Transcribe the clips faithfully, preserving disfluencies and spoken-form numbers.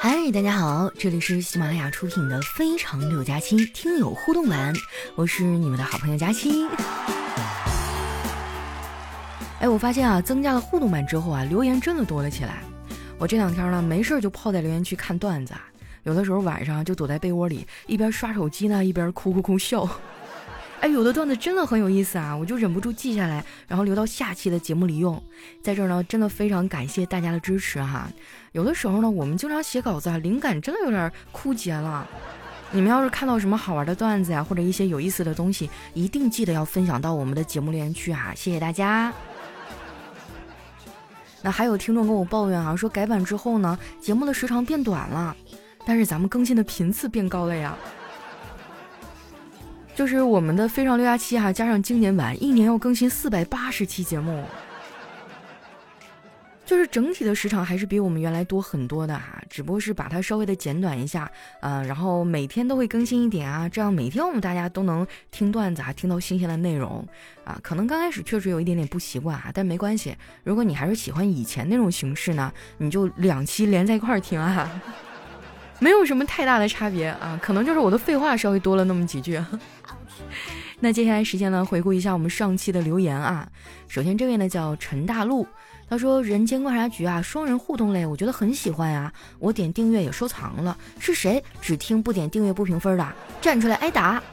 嗨，大家好，这里是喜马拉雅出品的非常六加七听友互动版，我是你们的好朋友佳期。哎，我发现啊，增加了互动版之后啊，留言真的多了起来。我这两天呢，没事就泡在留言区看段子啊，有的时候晚上就躲在被窝里，一边刷手机呢，一边哭哭哭笑。哎，有的段子真的很有意思啊，我就忍不住记下来，然后留到下期的节目里用。在这儿呢，真的非常感谢大家的支持哈。有的时候呢，我们经常写稿子啊，灵感真的有点枯竭了。你们要是看到什么好玩的段子呀，或者一些有意思的东西，一定记得要分享到我们的节目留言区啊，谢谢大家。那还有听众跟我抱怨啊，说改版之后呢，节目的时长变短了，但是咱们更新的频次变高了呀。就是我们的非常六加七哈，加上经典版，一年要更新四百八十期节目，就是整体的时长还是比我们原来多很多的哈，只不过是把它稍微的简短一下，呃，然后每天都会更新一点啊，这样每天我们大家都能听段子啊，听到新鲜的内容啊。可能刚开始确实有一点点不习惯啊，但没关系，如果你还是喜欢以前那种形式呢，你就两期连在一块儿听啊。没有什么太大的差别啊，可能就是我的废话稍微多了那么几句。那接下来时间呢，回顾一下我们上期的留言啊。首先这位呢叫陈大陆，他说人间观察局啊，双人互动类我觉得很喜欢啊，我点订阅也收藏了，是谁只听不点订阅不评分的，站出来挨打。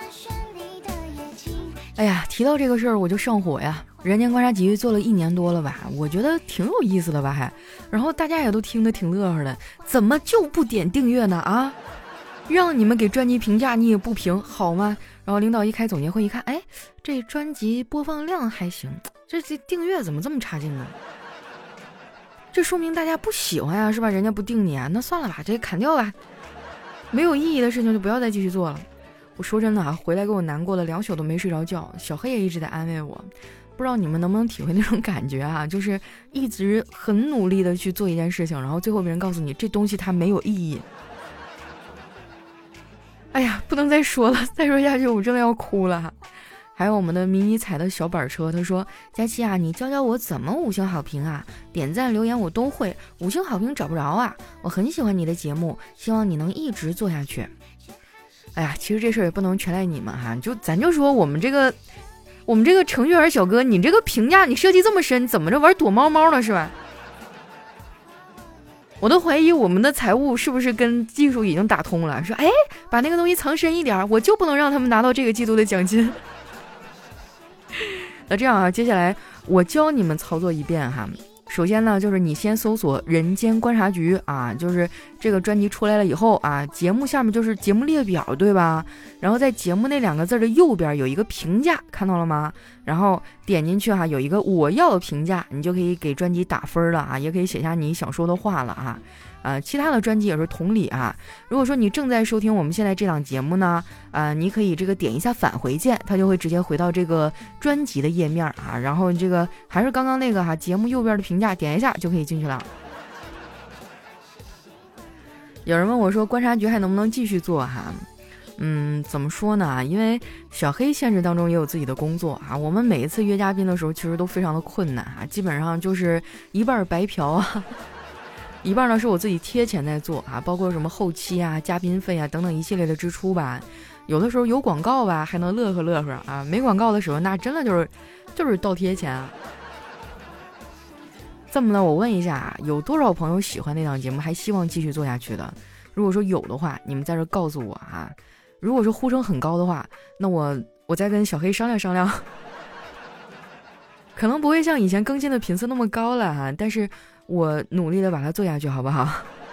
哎呀，提到这个事儿我就上火呀。人间观察局做了一年多了吧，我觉得挺有意思的吧还，然后大家也都听得挺乐呵的，怎么就不点订阅呢啊？让你们给专辑评价你也不评好吗？然后领导一开总结会一看，哎，这专辑播放量还行，这这订阅怎么这么差劲呢？这说明大家不喜欢呀，是吧？人家不定你啊，那算了吧，这砍掉吧，没有意义的事情就不要再继续做了。我说真的啊，回来给我难过了两宿都没睡着觉，小黑也一直在安慰我，不知道你们能不能体会那种感觉啊，就是一直很努力的去做一件事情，然后最后别人告诉你这东西它没有意义。哎呀，不能再说了，再说下去我真的要哭了。还有我们的迷你彩的小板车，他说佳期啊，你教教我怎么五星好评啊，点赞留言我都会，五星好评找不着啊，我很喜欢你的节目，希望你能一直做下去。哎呀，其实这事儿也不能全赖你们哈，就咱就说我们这个我们这个程序员小哥，你这个评价你设计这么深，怎么着玩躲猫猫呢是吧？我都怀疑我们的财务是不是跟技术已经打通了，说哎，把那个东西藏深一点，我就不能让他们拿到这个季度的奖金。那这样啊，接下来我教你们操作一遍哈。首先呢，就是你先搜索人间观察局啊，就是这个专辑出来了以后啊，节目下面就是节目列表对吧，然后在节目那两个字的右边有一个评价，看到了吗？然后点进去哈、啊，有一个我要评价，你就可以给专辑打分了啊，也可以写下你想说的话了啊。呃，其他的专辑也是同理啊。如果说你正在收听我们现在这档节目呢，呃，你可以这个点一下返回键，它就会直接回到这个专辑的页面啊。然后这个还是刚刚那个哈、啊，节目右边的评价，点一下就可以进去了。有人问我说，观察局还能不能继续做哈？嗯，怎么说呢？因为小黑现实当中也有自己的工作啊。我们每一次约嘉宾的时候，其实都非常的困难啊，基本上就是一半白嫖啊。一半呢是我自己贴钱在做啊，包括什么后期啊、嘉宾费啊等等一系列的支出吧。有的时候有广告吧，还能乐呵乐呵啊；没广告的时候，那真的就是就是倒贴钱啊。这么呢，我问一下，有多少朋友喜欢那档节目，还希望继续做下去的？如果说有的话，你们在这告诉我啊。如果说呼声很高的话，那我我再跟小黑商量商量。可能不会像以前更新的频次那么高了哈，但是我努力的把它做下去，好不好？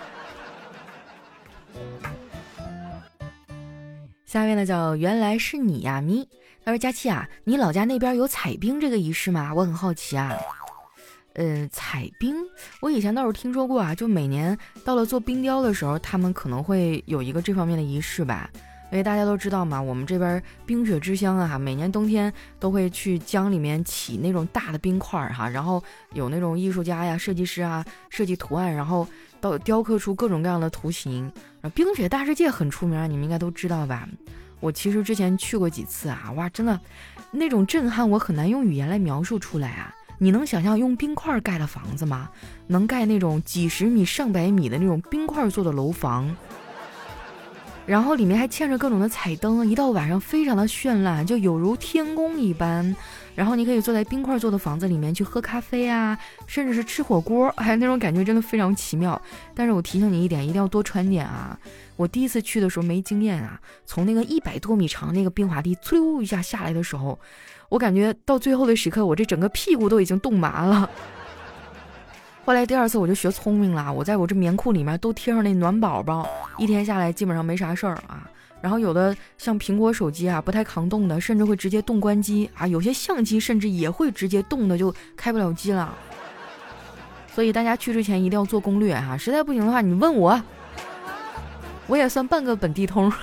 下面呢叫原来是你呀咪，他说佳期啊，你老家那边有采冰这个仪式吗？我很好奇啊。呃，采冰，我以前倒是听说过啊，就每年到了做冰雕的时候，他们可能会有一个这方面的仪式吧。因为大家都知道嘛，我们这边冰雪之乡啊，每年冬天都会去江里面起那种大的冰块哈，然后有那种艺术家呀、设计师啊设计图案，然后到雕刻出各种各样的图形。冰雪大世界很出名，你们应该都知道吧？我其实之前去过几次啊，哇，真的那种震撼我很难用语言来描述出来啊。 你能想象用冰块盖的房子吗？能盖那种几十米上百米的那种冰块做的楼房，然后里面还嵌着各种的彩灯，一到晚上非常的绚烂，就有如天宫一般。然后你可以坐在冰块做的房子里面去喝咖啡啊，甚至是吃火锅，还有那种感觉真的非常奇妙。但是我提醒你一点，一定要多穿点啊。我第一次去的时候没经验啊，从那个一百多米长那个冰滑梯嗖溜一下下来的时候，我感觉到最后的时刻我这整个屁股都已经冻麻了。后来第二次我就学聪明了，我在我这棉裤里面都贴上那暖宝宝，一天下来基本上没啥事儿啊。然后有的像苹果手机啊不太抗冻的，甚至会直接冻关机啊，有些相机甚至也会直接冻的就开不了机了。所以大家去之前一定要做攻略哈、啊，实在不行的话你问我，我也算半个本地通。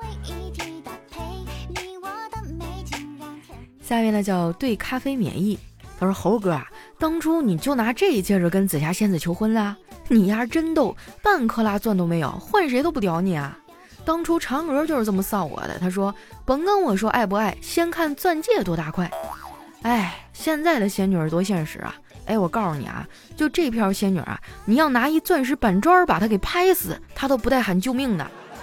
下面呢叫对咖啡免疫，他说猴哥啊，当初你就拿这戒指跟紫霞仙子求婚啦，你丫真逗，半克拉钻都没有，换谁都不屌你啊。当初嫦娥就是这么臊我的，他说甭跟我说爱不爱，先看钻戒多大块。哎，现在的仙女儿多现实啊。哎，我告诉你啊，就这票仙女啊，你要拿一钻石板砖把她给拍死，她都不带喊救命的。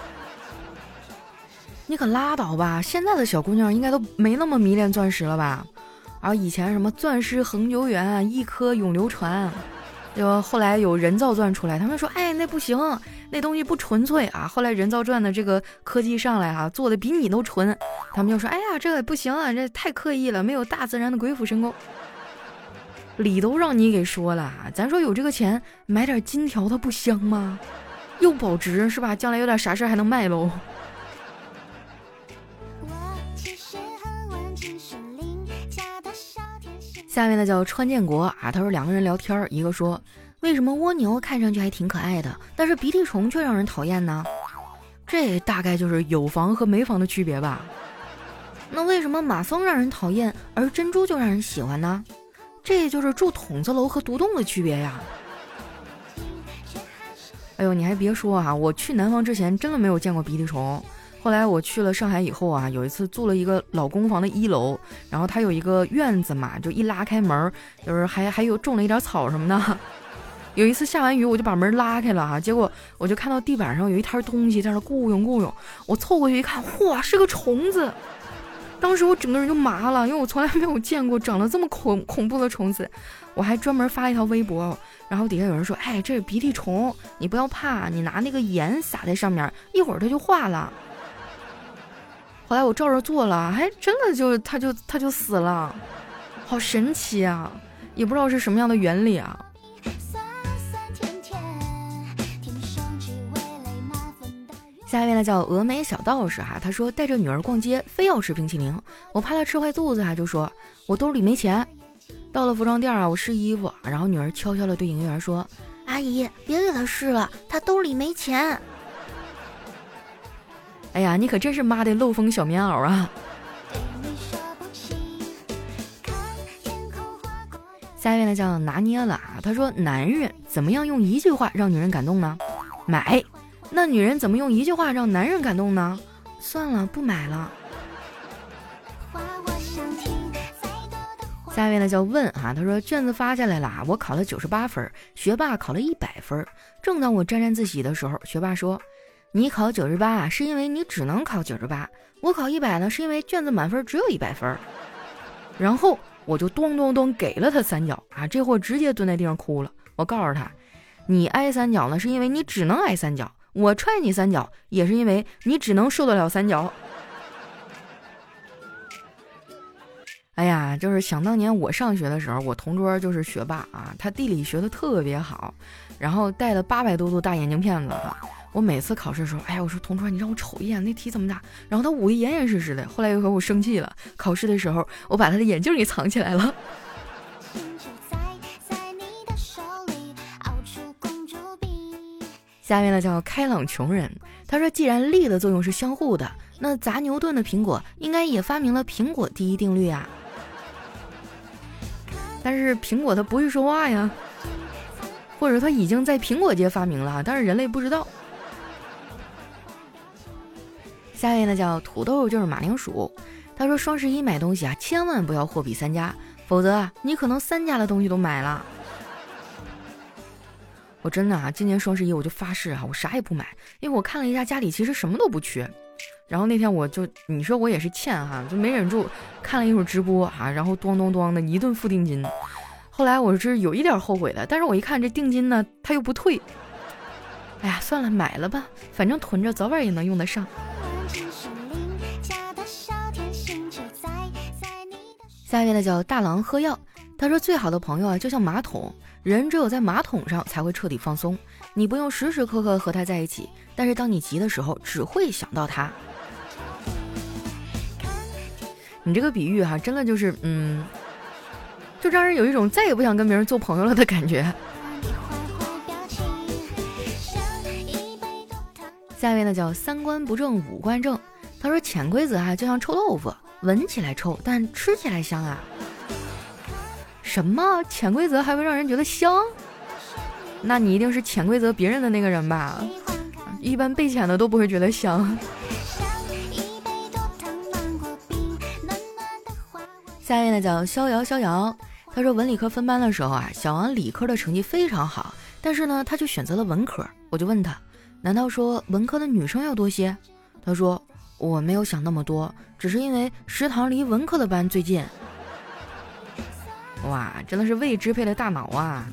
你可拉倒吧，现在的小姑娘应该都没那么迷恋钻石了吧。然后以前什么钻石恒久远，一颗永流传，就后来有人造钻出来，他们说哎那不行，那东西不纯粹啊。后来人造钻的这个科技上来啊，做的比你都纯，他们就说哎呀这个不行啊，这太刻意了，没有大自然的鬼斧神工。理都让你给说了，咱说有这个钱买点金条它不香吗？又保值是吧？将来有点啥事还能卖喽。下面呢叫川建国啊，他说两个人聊天，一个说为什么蜗牛看上去还挺可爱的，但是鼻涕虫却让人讨厌呢？这大概就是有房和没房的区别吧。那为什么马蜂让人讨厌，而珍珠就让人喜欢呢？这就是住筒子楼和独栋的区别呀。哎呦，你还别说啊，我去南方之前真的没有见过鼻涕虫。后来我去了上海以后啊，有一次住了一个老公房的一楼，然后它有一个院子嘛，就一拉开门，就是还还有种了一点草什么的。有一次下完雨，我就把门拉开了哈、啊，结果我就看到地板上有一摊东西在那雇佣雇佣，我凑过去一看，哇，是个虫子。当时我整个人就麻了，因为我从来没有见过长得这么恐恐怖的虫子。我还专门发了一条微博，然后底下有人说，哎，这是鼻涕虫，你不要怕，你拿那个盐撒在上面，一会儿它就化了。后来我照着做了，还真的就它就它就死了，好神奇啊，也不知道是什么样的原理啊。下一位呢叫峨眉小道士哈、啊，他说带着女儿逛街，非要吃冰淇淋，我怕她吃坏肚子啊，就说我兜里没钱。到了服装店啊，我试衣服，然后女儿悄悄地对营业员说：“阿姨，别给她试了，她兜里没钱。”哎呀，你可真是妈的漏风小棉袄啊！下一位呢叫拿捏了啊，他说男人怎么样用一句话让女人感动呢？买。那女人怎么用一句话让男人感动呢？算了，不买了。下一位呢叫问啊，他说卷子发下来了，我考了九十八分，学霸考了一百分。正当我沾沾自喜的时候，学霸说：“你考九十八啊，是因为你只能考九十八；我考一百呢，是因为卷子满分只有一百分。”然后我就咚咚咚给了他三脚啊，这货直接蹲在地上哭了。我告诉他，你挨三脚呢，是因为你只能挨三脚。我踹你三脚也是因为你只能受得了三脚。哎呀，就是想当年我上学的时候，我同桌就是学霸啊，他地理学的特别好，然后戴了八百多度大眼镜片子啊。我每次考试的时候，哎呀，我说同桌你让我瞅一眼那题怎么打，然后他捂得严严实实的。后来有一回我生气了，考试的时候我把他的眼镜给藏起来了。下面呢叫开朗穷人，他说既然力的作用是相互的，那砸牛顿的苹果应该也发明了苹果第一定律啊。但是苹果它不会说话呀，或者它已经在苹果界发明了，但是人类不知道。下一位呢叫土豆就是马铃薯，他说双十一买东西啊，千万不要货比三家， 否则啊，你可能三家的东西都买了。我真的啊，今年双十一我就发誓啊，我啥也不买，因为我看了一下家里其实什么都不缺。然后那天我就，你说我也是欠哈，就没忍住看了一会儿直播啊，然后咚咚咚的一顿付定金。后来我是有一点后悔的，但是我一看这定金呢，他又不退。哎呀，算了，买了吧，反正囤着早晚也能用得上。下一位呢叫大郎喝药，他说最好的朋友啊就像马桶，人只有在马桶上才会彻底放松，你不用时时刻刻和他在一起，但是当你急的时候只会想到他。你这个比喻哈、啊，真的就是嗯，就让人有一种再也不想跟别人做朋友了的感觉。下一位呢叫三观不正五官正，他说潜规则啊就像臭豆腐，闻起来臭，但吃起来香啊。什么潜规则还会让人觉得香？那你一定是潜规则别人的那个人吧？一般被潜的都不会觉得香。下一位呢叫逍遥逍遥，他说文理科分班的时候啊，小王理科的成绩非常好，但是呢他却选择了文科。我就问他，难道说文科的女生要多些？他说我没有想那么多，只是因为食堂离文科的班最近。哇，真的是未支配的大脑啊。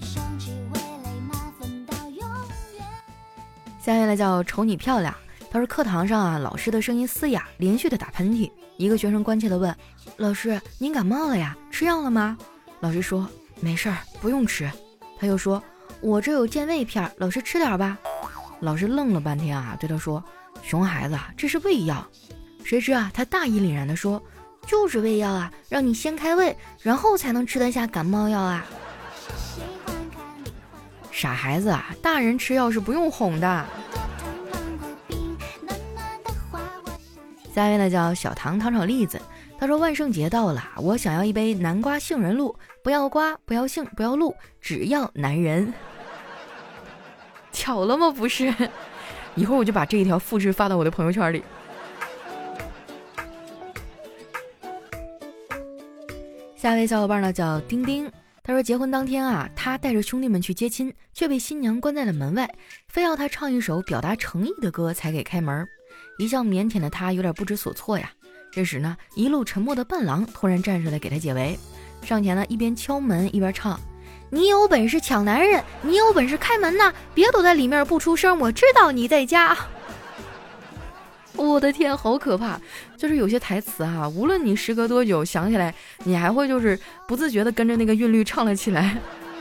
下面来叫瞅你漂亮，他说课堂上啊，老师的声音嘶哑，连续的打喷嚏。一个学生关切的问，老师您感冒了呀，吃药了吗？老师说没事儿，不用吃。他又说我这有健胃片，老师吃点吧。老师愣了半天啊，对他说熊孩子，这是胃药。谁知啊，他大义凛然的说就是胃药啊，让你先开胃，然后才能吃得下感冒药啊。傻孩子啊，大人吃药是不用哄的。下一位呢叫小糖糖炒栗子，他说万圣节到了，我想要一杯南瓜杏仁露，不要瓜，不要杏，不要露，只要男人。巧了吗？不是，以后我就把这一条复制发到我的朋友圈里。下一位小伙伴呢叫丁丁，他说结婚当天啊，他带着兄弟们去接亲，却被新娘关在了门外，非要他唱一首表达诚意的歌才给开门。一向腼腆的他有点不知所措呀。这时呢，一路沉默的伴郎突然站出来给他解围，上前呢一边敲门一边唱，你有本事抢男人，你有本事开门呐，别躲在里面不出声，我知道你在家。我的天，好可怕！就是有些台词啊，无论你时隔多久想起来，你还会就是不自觉的跟着那个韵律唱了起来。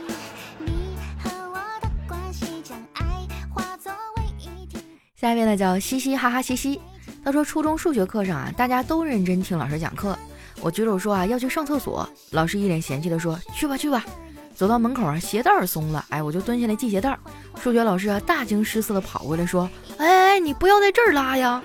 下一位呢叫嘻嘻哈哈嘻嘻，他说初中数学课上啊，大家都认真听老师讲课，我举手说啊要去上厕所，老师一脸嫌弃的说去吧去吧。走到门口啊，鞋带松了，哎，我就蹲下来系鞋带。数学老师啊大惊失色的跑过来说，哎，你不要在这儿拉呀。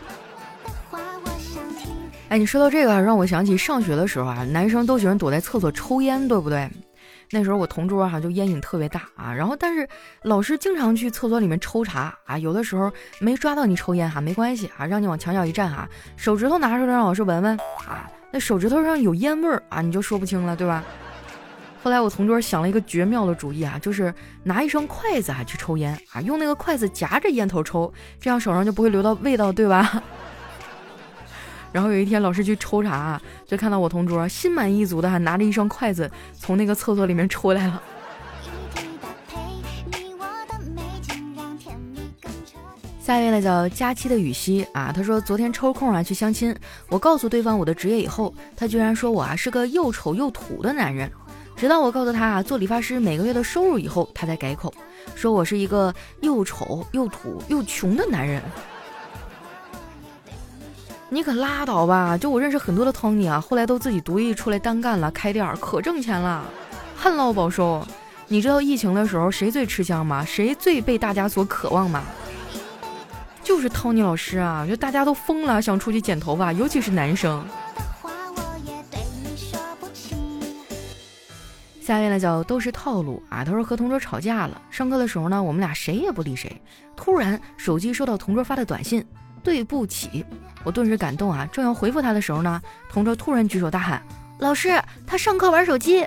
哎，你说到这个让我想起上学的时候啊，男生都喜欢躲在厕所抽烟，对不对？那时候我同桌哈、啊、就烟瘾特别大啊，然后但是老师经常去厕所里面抽查啊，有的时候没抓到你抽烟哈、啊、没关系啊，让你往墙角一站哈、啊，手指头拿出来让老师闻闻啊，那手指头上有烟味儿啊，你就说不清了，对吧？后来我同桌想了一个绝妙的主意啊，就是拿一双筷子啊去抽烟啊，用那个筷子夹着烟头抽，这样手上就不会流到味道，对吧？然后有一天老师去抽查啊，就看到我同桌心满意足的还拿着一双筷子从那个厕所里面出来了。下一位呢叫佳期的雨熙啊，他说昨天抽空啊去相亲，我告诉对方我的职业以后，他居然说我啊是个又丑又土的男人。直到我告诉他啊做理发师每个月的收入以后，他才改口，说我是一个又丑又土又穷的男人。你可拉倒吧！就我认识很多的 Tony 啊，后来都自己独立出来单干了，开店可挣钱了，旱涝保收。你知道疫情的时候谁最吃香吗？谁最被大家所渴望吗？就是 Tony 老师啊！就大家都疯了，想出去剪头发，尤其是男生。下面呢叫都是套路啊，他说和同桌吵架了，上课的时候呢，我们俩谁也不理谁。突然手机收到同桌发的短信，对不起。我顿时感动啊，正要回复他的时候呢，同桌突然举手大喊， 老师，他上课玩手机。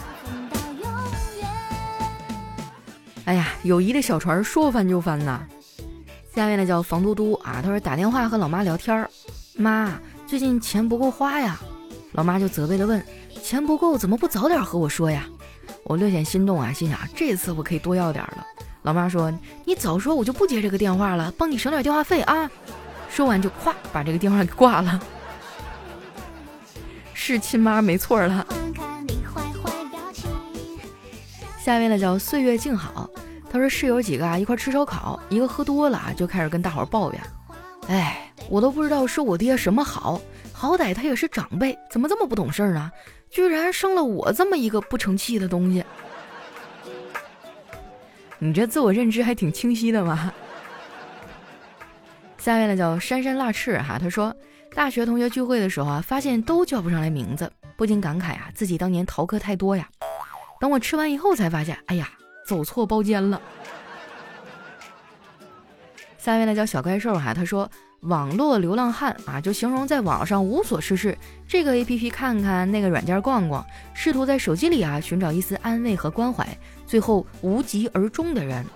哎呀，友谊的小船说翻就翻呐。下面呢叫房嘟嘟啊，他说打电话和老妈聊天，妈，最近钱不够花呀。老妈就责备的问，钱不够怎么不早点和我说呀？我略显心动啊，心想这次我可以多要点了。老妈说，你早说我就不接这个电话了，帮你省点电话费啊。说完就咵把这个电话给挂了。是亲妈没错了。下面呢叫岁月静好，他说室友几个啊一块吃烧烤，一个喝多了啊就开始跟大伙抱怨，哎，我都不知道说我爹什么好，好歹他也是长辈，怎么这么不懂事呢？居然生了我这么一个不成器的东西。你这自我认知还挺清晰的嘛。下面呢叫珊珊辣翅哈，他说大学同学聚会的时候啊，发现都叫不上来名字，不禁感慨啊自己当年逃课太多呀。等我吃完以后才发现，哎呀，走错包间了。下面呢叫小怪兽哈，他说网络流浪汉啊，就形容在网上无所事事，这个 A P P 看看，那个软件逛逛，试图在手机里啊寻找一丝安慰和关怀，最后无疾而终的人。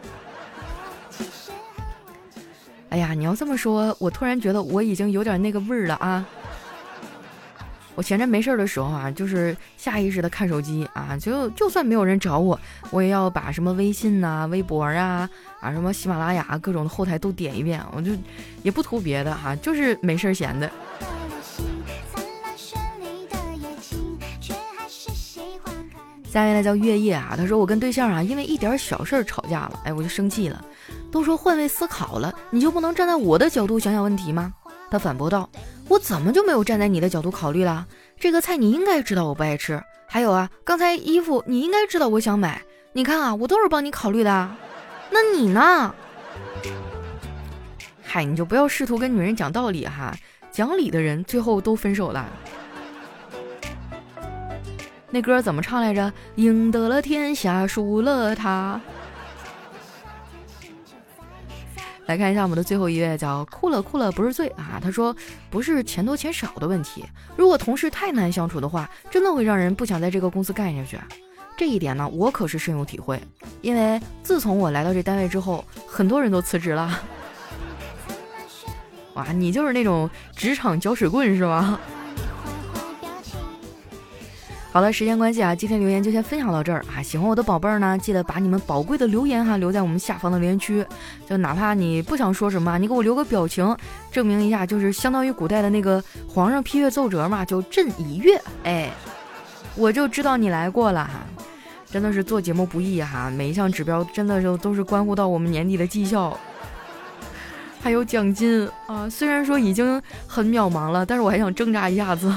哎呀，你要这么说，我突然觉得我已经有点那个味儿了啊。我前阵没事的时候啊，就是下意识的看手机啊，就就算没有人找我，我也要把什么微信呐、微博啊、啊什么喜马拉雅各种的后台都点一遍，我就也不图别的哈、啊，就是没事闲的。下面呢叫月夜啊，他说我跟对象啊，因为一点小事吵架了，哎，我就生气了。都说换位思考了，你就不能站在我的角度想想问题吗？他反驳道，我怎么就没有站在你的角度考虑了？这个菜你应该知道我不爱吃，还有啊，刚才衣服你应该知道我想买，你看啊，我都是帮你考虑的，那你呢？嗨，你就不要试图跟女人讲道理哈，讲理的人最后都分手了。那歌怎么唱来着？赢得了天下，输了他。来看一下我们的最后一位，叫哭了哭了不是罪啊。他说不是钱多钱少的问题，如果同事太难相处的话，真的会让人不想在这个公司干下去。这一点呢，我可是深有体会，因为自从我来到这单位之后，很多人都辞职了。哇，你就是那种职场搅水棍是吗？好了，时间关系啊，今天留言就先分享到这儿啊！喜欢我的宝贝儿呢，记得把你们宝贵的留言哈留在我们下方的留言区，就哪怕你不想说什么，你给我留个表情，证明一下，就是相当于古代的那个皇上批阅奏折嘛，就朕已阅，哎，我就知道你来过了哈。真的是做节目不易哈，每一项指标真的是都是关乎到我们年底的绩效，还有奖金啊。虽然说已经很渺茫了，但是我还想挣扎一下子。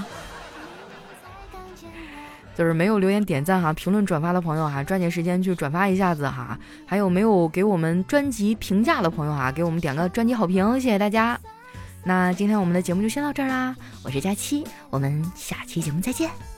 就是没有留言点赞哈、评论转发的朋友哈，抓紧时间去转发一下子哈。还有没有给我们专辑评价的朋友哈，给我们点个专辑好评，谢谢大家。那今天我们的节目就先到这儿啦，我是佳期，我们下期节目再见。